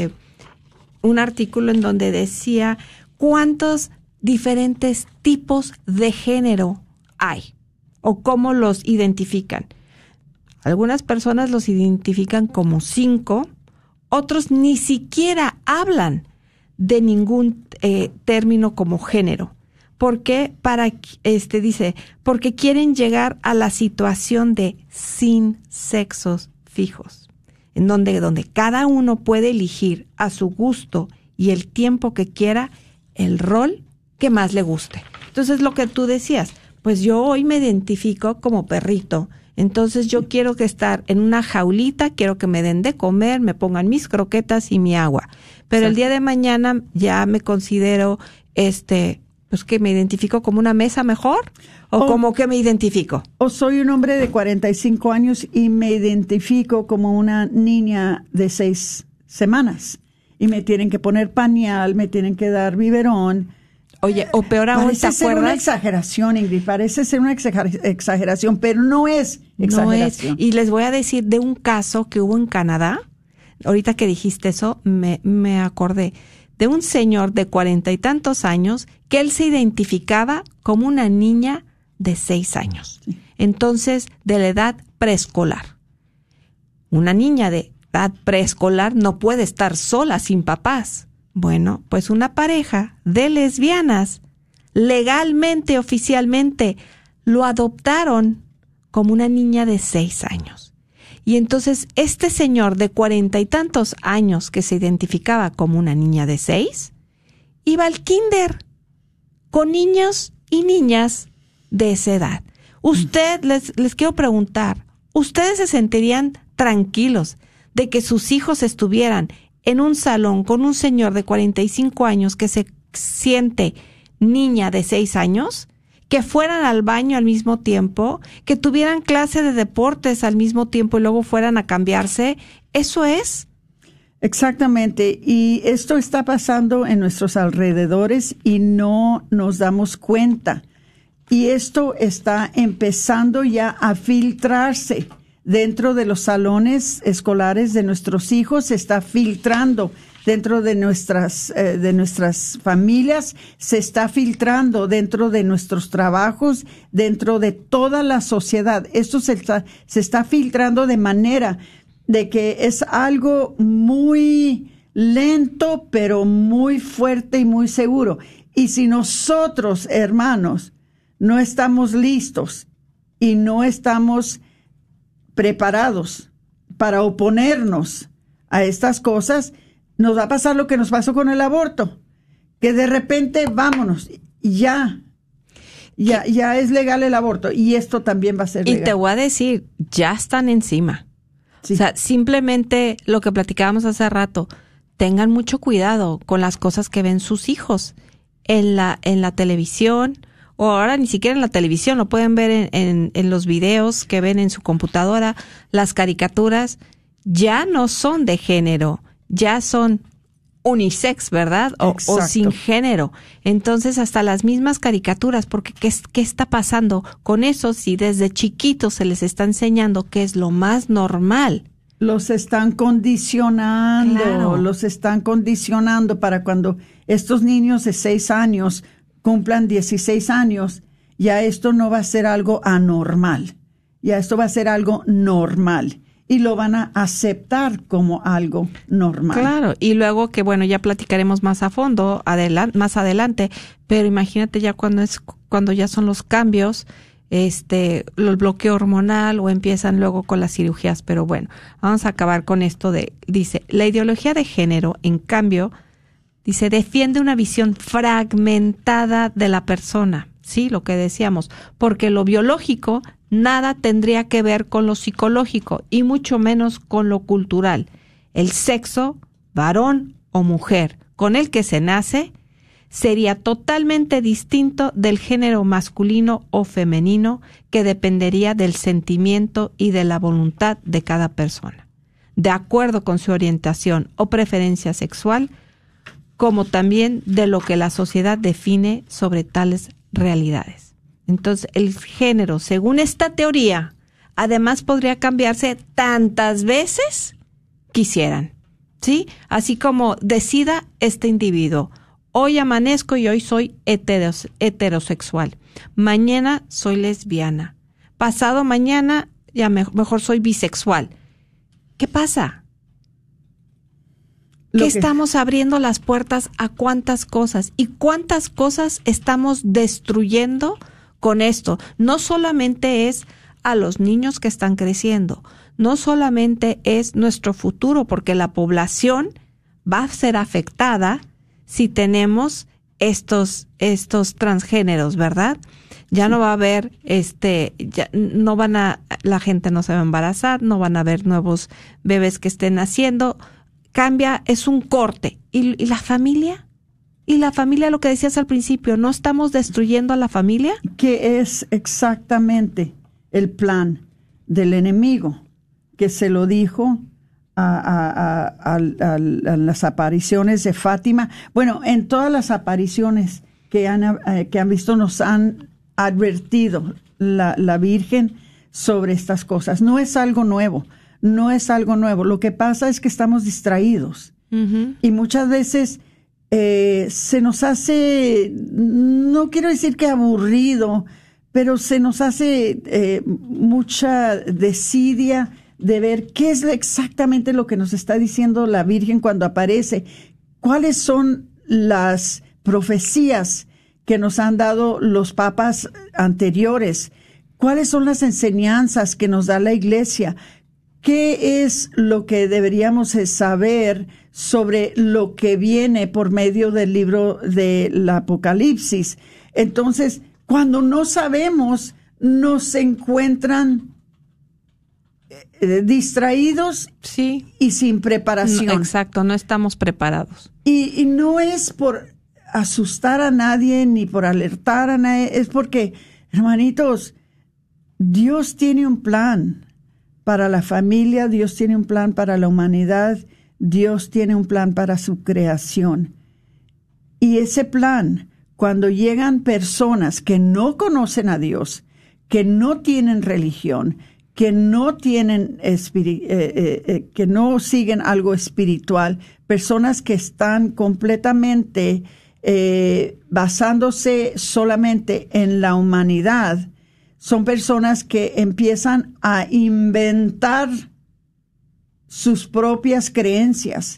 un artículo en donde decía cuántos diferentes tipos de género hay o cómo los identifican. Algunas personas los identifican como 5, otros ni siquiera hablan de ningún término como género. ¿Por qué? Dice, porque quieren llegar a la situación de sin sexos fijos, en donde cada uno puede elegir a su gusto y el tiempo que quiera el rol que más le guste. Entonces, lo que tú decías, pues yo hoy me identifico como perrito, entonces yo quiero que estar en una jaulita, quiero que me den de comer, me pongan mis croquetas y mi agua. Pero el día de mañana ya me considero, pues que me identifico como una mesa mejor, o como que me identifico. O soy un hombre de 45 años y me identifico como una niña de 6 semanas. Y me tienen que poner pañal, me tienen que dar biberón. Oye, o peor aún, ¿te acuerdas? Parece ser una exageración, Ingrid, parece ser una exageración, pero no es exageración. No es. Y les voy a decir de un caso que hubo en Canadá. Ahorita que dijiste eso, me acordé de un señor de 40 y tantos años que él se identificaba como una niña de 6 años. Sí. Entonces, de la edad preescolar. Una niña de edad preescolar no puede estar sola sin papás. Bueno, pues una pareja de lesbianas legalmente, oficialmente, lo adoptaron como una niña de 6 años. Y entonces este señor de 40 y tantos años que se identificaba como una niña de 6, iba al kinder con niños y niñas de esa edad. Les quiero preguntar, ¿ustedes se sentirían tranquilos de que sus hijos estuvieran en un salón con un señor de 45 años que se siente niña de 6 años? Que fueran al baño al mismo tiempo, que tuvieran clase de deportes al mismo tiempo y luego fueran a cambiarse. ¿Eso es? Exactamente. Y esto está pasando en nuestros alrededores y no nos damos cuenta. Y esto está empezando ya a filtrarse dentro de los salones escolares de nuestros hijos, se está filtrando dentro de nuestras familias, se está filtrando dentro de nuestros trabajos, dentro de toda la sociedad. Esto se está filtrando de manera de que es algo muy lento, pero muy fuerte y muy seguro. Y si nosotros, hermanos, no estamos listos y no estamos preparados para oponernos a estas cosas, nos va a pasar lo que nos pasó con el aborto, que de repente, vámonos, ya es legal el aborto, y esto también va a ser legal. Y te voy a decir, ya están encima. Sí. O sea, simplemente lo que platicábamos hace rato, tengan mucho cuidado con las cosas que ven sus hijos en la televisión, o ahora ni siquiera en la televisión, lo pueden ver en los videos que ven en su computadora. Las caricaturas ya no son de género, ya son unisex, ¿verdad? O sin género. Entonces, hasta las mismas caricaturas, porque ¿qué está pasando con eso si desde chiquitos se les está enseñando qué es lo más normal? Los están condicionando, claro. Los están condicionando para cuando estos niños de 6 años cumplan 16 años, ya esto no va a ser algo anormal, ya esto va a ser algo normal. Y lo van a aceptar como algo normal. Claro, y luego que, bueno, ya platicaremos más a fondo, más adelante, pero imagínate ya cuando ya son los cambios, el bloqueo hormonal, o empiezan luego con las cirugías. Pero bueno, vamos a acabar con esto dice, la ideología de género, en cambio, dice, defiende una visión fragmentada de la persona. Sí, lo que decíamos, porque lo biológico nada tendría que ver con lo psicológico y mucho menos con lo cultural. El sexo, varón o mujer, con el que se nace, sería totalmente distinto del género masculino o femenino, que dependería del sentimiento y de la voluntad de cada persona, de acuerdo con su orientación o preferencia sexual, como también de lo que la sociedad define sobre tales realidades. Entonces, el género, según esta teoría, además podría cambiarse tantas veces quisieran, ¿sí? Así como decida este individuo, hoy amanezco y hoy soy heterosexual, mañana soy lesbiana, pasado mañana ya mejor soy bisexual. ¿Qué pasa? ¿Qué estamos abriendo las puertas a cuántas cosas? ¿Y cuántas cosas estamos destruyendo con esto? No solamente es a los niños que están creciendo, no solamente es nuestro futuro, porque la población va a ser afectada si tenemos estos transgéneros, ¿verdad? Ya no va a haber, la gente no se va a embarazar, no van a haber nuevos bebés que estén naciendo. Cambia, es un corte. ¿Y la familia? ¿Y la familia, lo que decías al principio, no estamos destruyendo a la familia? Que es exactamente el plan del enemigo, que se lo dijo a las apariciones de Fátima. Bueno, en todas las apariciones que han visto, nos han advertido la Virgen sobre estas cosas. No es algo nuevo. No es algo nuevo. Lo que pasa es que estamos distraídos. Uh-huh. Y muchas veces se nos hace, no quiero decir que aburrido, pero se nos hace mucha desidia de ver qué es exactamente lo que nos está diciendo la Virgen cuando aparece. ¿Cuáles son las profecías que nos han dado los papas anteriores? ¿Cuáles son las enseñanzas que nos da la Iglesia? ¿Qué es lo que deberíamos saber sobre lo que viene por medio del libro del Apocalipsis? Entonces, cuando no sabemos, nos encuentran distraídos, sí, y sin preparación. No, exacto, no estamos preparados. Y no es por asustar a nadie ni por alertar a nadie, es porque, hermanitos, Dios tiene un plan para la familia, Dios tiene un plan para la humanidad, Dios tiene un plan para su creación. Y ese plan, cuando llegan personas que no conocen a Dios, que no tienen religión, que no tienen que no siguen algo espiritual, personas que están completamente basándose solamente en la humanidad, son personas que empiezan a inventar sus propias creencias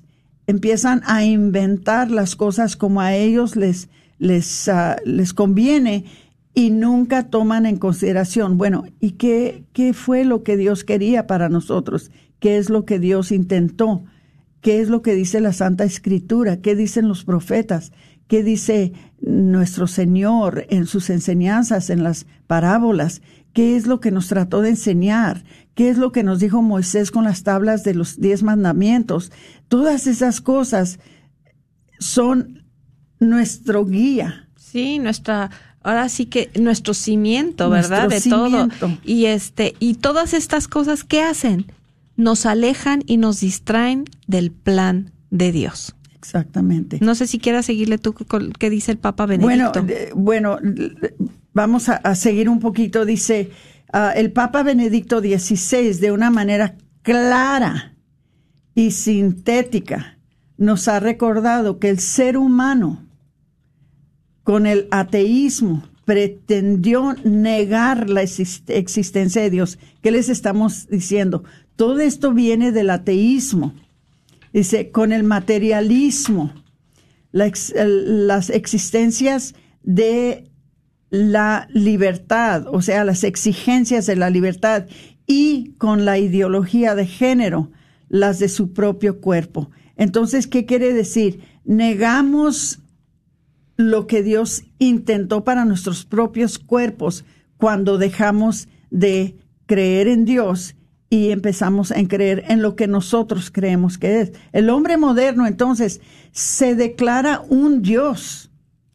empiezan a inventar las cosas como a ellos les conviene y nunca toman en consideración, bueno, ¿y qué fue lo que Dios quería para nosotros? ¿Qué es lo que Dios intentó? ¿Qué es lo que dice la Santa Escritura? ¿Qué dicen los profetas? ¿Qué dice nuestro Señor en sus enseñanzas, en las parábolas? ¿Qué es lo que nos trató de enseñar? ¿Qué es lo que nos dijo Moisés con las tablas de los 10 mandamientos? Todas esas cosas son nuestro guía. Sí, ahora sí que nuestro cimiento, ¿verdad? De todo. Y todas estas cosas, ¿qué hacen? Nos alejan y nos distraen del plan de Dios. Exactamente. No sé si quieras seguirle tú con qué dice el Papa Benedicto. Bueno, vamos a seguir un poquito. Dice el Papa Benedicto XVI, de una manera clara y sintética, nos ha recordado que el ser humano, con el ateísmo, pretendió negar la existencia de Dios. ¿Qué les estamos diciendo? Todo esto viene del ateísmo. Dice, con el materialismo, las existencias de la libertad, o sea, las exigencias de la libertad, y con la ideología de género, las de su propio cuerpo. Entonces, ¿qué quiere decir? Negamos lo que Dios intentó para nuestros propios cuerpos cuando dejamos de creer en Dios y empezamos a creer en lo que nosotros creemos que es. El hombre moderno, entonces, se declara un Dios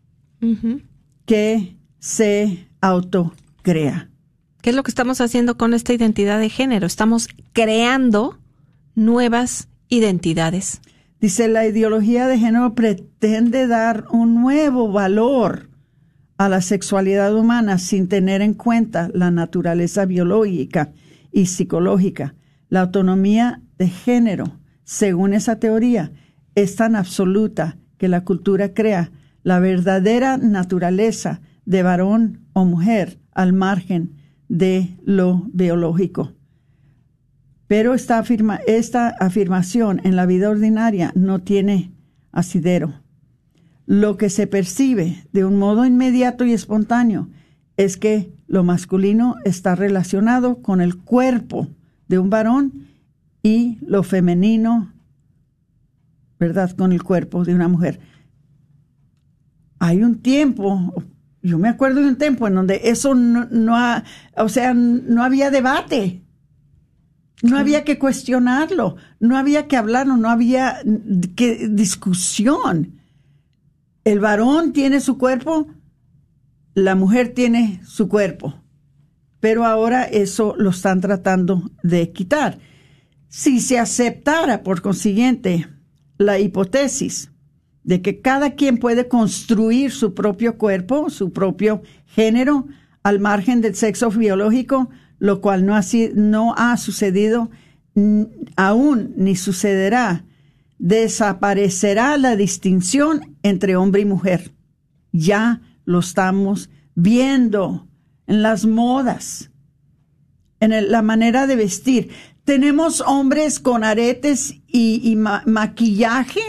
que se autocrea. ¿Qué es lo que estamos haciendo con esta identidad de género? Estamos creando nuevas identidades. Dice, la ideología de género pretende dar un nuevo valor a la sexualidad humana sin tener en cuenta la naturaleza biológica y psicológica. La autonomía de género, según esa teoría, es tan absoluta que la cultura crea la verdadera naturaleza de varón o mujer al margen de lo biológico. Pero esta afirmación en la vida ordinaria no tiene asidero. Lo que se percibe de un modo inmediato y espontáneo es que lo masculino está relacionado con el cuerpo de un varón y lo femenino, ¿verdad?, con el cuerpo de una mujer. Hay un tiempo, yo me acuerdo de un tiempo en donde eso no había debate. No había que cuestionarlo, no había que hablarlo, no había discusión. El varón tiene su cuerpo, la mujer tiene su cuerpo. Pero ahora eso lo están tratando de quitar. Si se aceptara, por consiguiente, la hipótesis de que cada quien puede construir su propio cuerpo, su propio género, al margen del sexo biológico, lo cual no ha sucedido aún ni sucederá, desaparecerá la distinción entre hombre y mujer. Ya lo estamos viendo en las modas, en la manera de vestir. Tenemos hombres con aretes y maquillaje.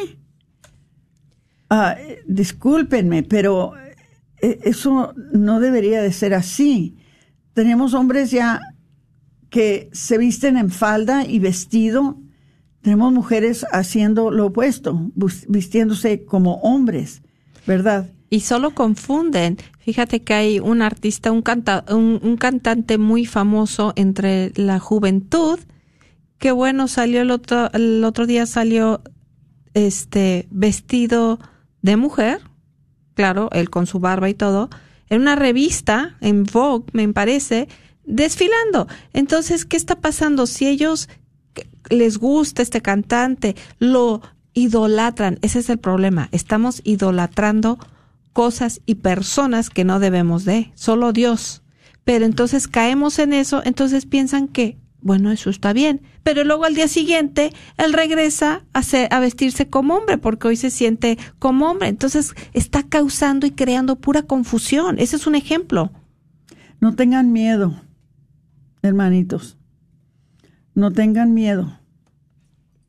Discúlpenme, pero eso no debería de ser así. Tenemos hombres ya que se visten en falda y vestido. Tenemos mujeres haciendo lo opuesto, vistiéndose como hombres, ¿verdad? Y solo confunden. Fíjate que hay un artista, un cantante muy famoso entre la juventud, que bueno, salió el otro día salió vestido de mujer, claro, él con su barba y todo, en una revista, en Vogue, me parece, desfilando. Entonces, ¿qué está pasando? Si ellos les gusta este cantante, lo idolatran. Ese es el problema. Estamos idolatrando cosas y personas que no debemos de, solo Dios. Pero entonces caemos en eso, entonces piensan que, bueno, eso está bien. Pero luego al día siguiente, él regresa a vestirse como hombre, porque hoy se siente como hombre. Entonces está causando y creando pura confusión. Ese es un ejemplo. No tengan miedo, hermanitos. No tengan miedo.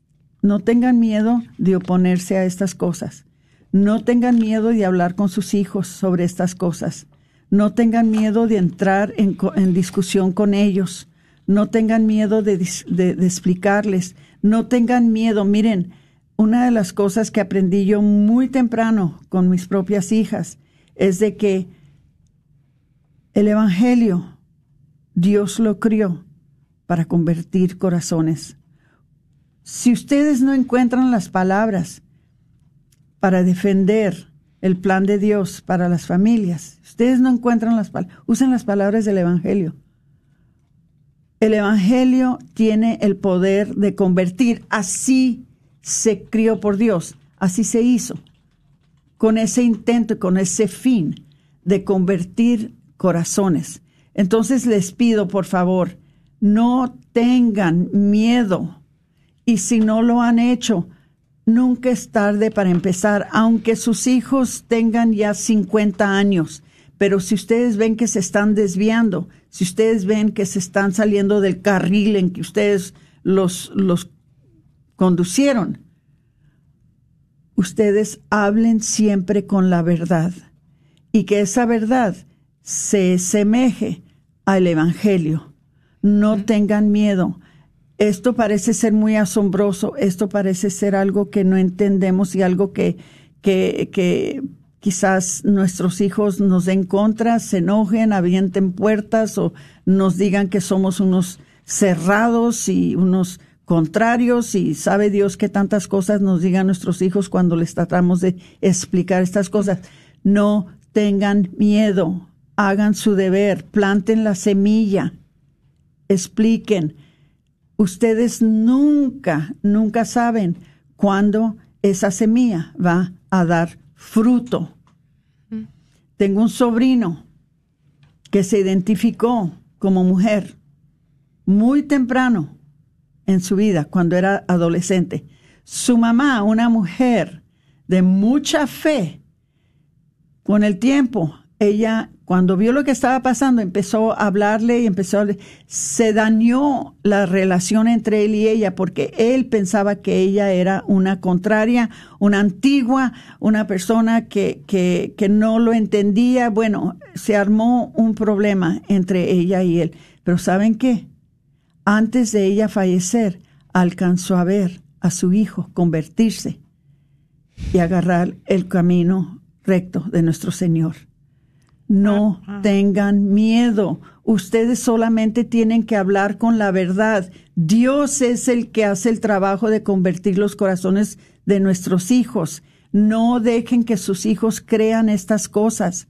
no tengan miedo de oponerse a estas cosas. No tengan miedo de hablar con sus hijos sobre estas cosas. No tengan miedo de entrar en discusión con ellos. No tengan miedo de explicarles. No tengan miedo. Miren, una de las cosas que aprendí yo muy temprano con mis propias hijas es de que el Evangelio, Dios lo crió para convertir corazones. Si ustedes no encuentran las palabras para defender el plan de Dios para las familias, ustedes no encuentran las palabras, usen las palabras del Evangelio. El Evangelio tiene el poder de convertir. Así se crió por Dios, así se hizo, con ese intento y con ese fin de convertir corazones. Entonces les pido, por favor, no tengan miedo. Y si no lo han hecho, nunca es tarde para empezar, aunque sus hijos tengan ya 50 años. Pero si ustedes ven que se están desviando, si ustedes ven que se están saliendo del carril en que ustedes los conducieron, ustedes hablen siempre con la verdad y que esa verdad se semeje al Evangelio. No tengan miedo. Esto parece ser muy asombroso, esto parece ser algo que no entendemos y algo que quizás nuestros hijos nos den contra, se enojen, avienten puertas o nos digan que somos unos cerrados y unos contrarios, y sabe Dios que tantas cosas nos digan nuestros hijos cuando les tratamos de explicar estas cosas. No tengan miedo, hagan su deber, planten la semilla, expliquen. Ustedes nunca saben cuándo esa semilla va a dar fruto. Tengo un sobrino que se identificó como mujer muy temprano en su vida, cuando era adolescente. Su mamá, una mujer de mucha fe, con el tiempo, ella, cuando vio lo que estaba pasando, empezó a hablarle y se dañó la relación entre él y ella, porque él pensaba que ella era una contraria, una antigua, una persona que no lo entendía. Bueno, se armó un problema entre ella y él. Pero ¿saben qué? Antes de ella fallecer, alcanzó a ver a su hijo convertirse y agarrar el camino recto de nuestro Señor. No tengan miedo. Ustedes solamente tienen que hablar con la verdad. Dios es el que hace el trabajo de convertir los corazones de nuestros hijos. No dejen que sus hijos crean estas cosas.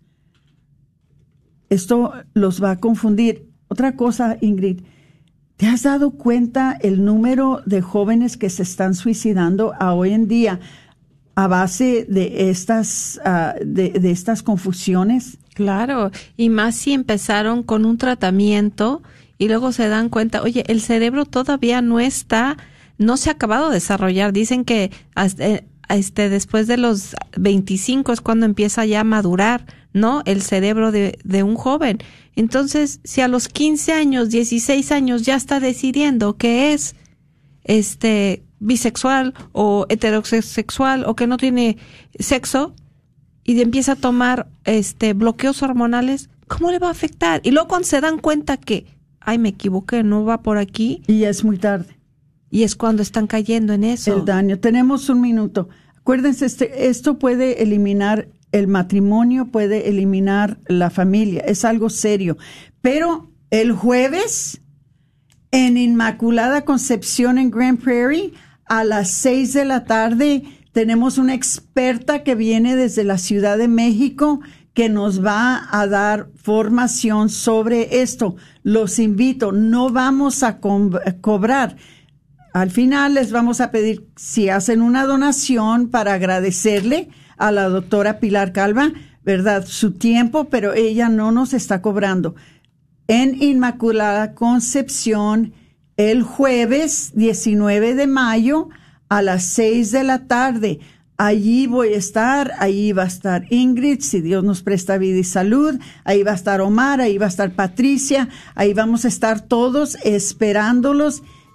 Esto los va a confundir. Otra cosa, Ingrid, ¿te has dado cuenta el número de jóvenes que se están suicidando hoy en día a base de estas confusiones? Claro, y más si empezaron con un tratamiento y luego se dan cuenta, oye, el cerebro todavía no se ha acabado de desarrollar. Dicen que después de los 25 es cuando empieza ya a madurar, ¿no? El cerebro de un joven. Entonces, si a los 15 años, 16 años ya está decidiendo que es bisexual o heterosexual o que no tiene sexo y empieza a tomar bloqueos hormonales, ¿cómo le va a afectar? Y luego cuando se dan cuenta que, ay, me equivoqué, no va por aquí. Y ya es muy tarde. Y es cuando están cayendo en eso. El daño. Tenemos un minuto. Acuérdense, esto puede eliminar el matrimonio, puede eliminar la familia. Es algo serio. Pero el jueves, en Inmaculada Concepción en Grand Prairie, a las 6 de la tarde, tenemos una experta que viene desde la Ciudad de México que nos va a dar formación sobre esto. Los invito, no vamos a cobrar. Al final les vamos a pedir si hacen una donación para agradecerle a la doctora Pilar Calva, ¿verdad? Su tiempo, pero ella no nos está cobrando. En Inmaculada Concepción, el jueves 19 de mayo, a las 6 de la tarde. Allí voy a estar, ahí va a estar Ingrid, si Dios nos presta vida y salud, ahí va a estar Omar, ahí va a estar Patricia, ahí vamos a estar todos esperándolos.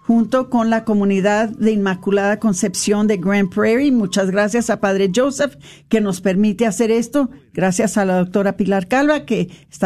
junto con la comunidad de Inmaculada Concepción de Grand Prairie. Muchas gracias a Padre Joseph que nos permite hacer esto. Gracias a la doctora Pilar Calva que está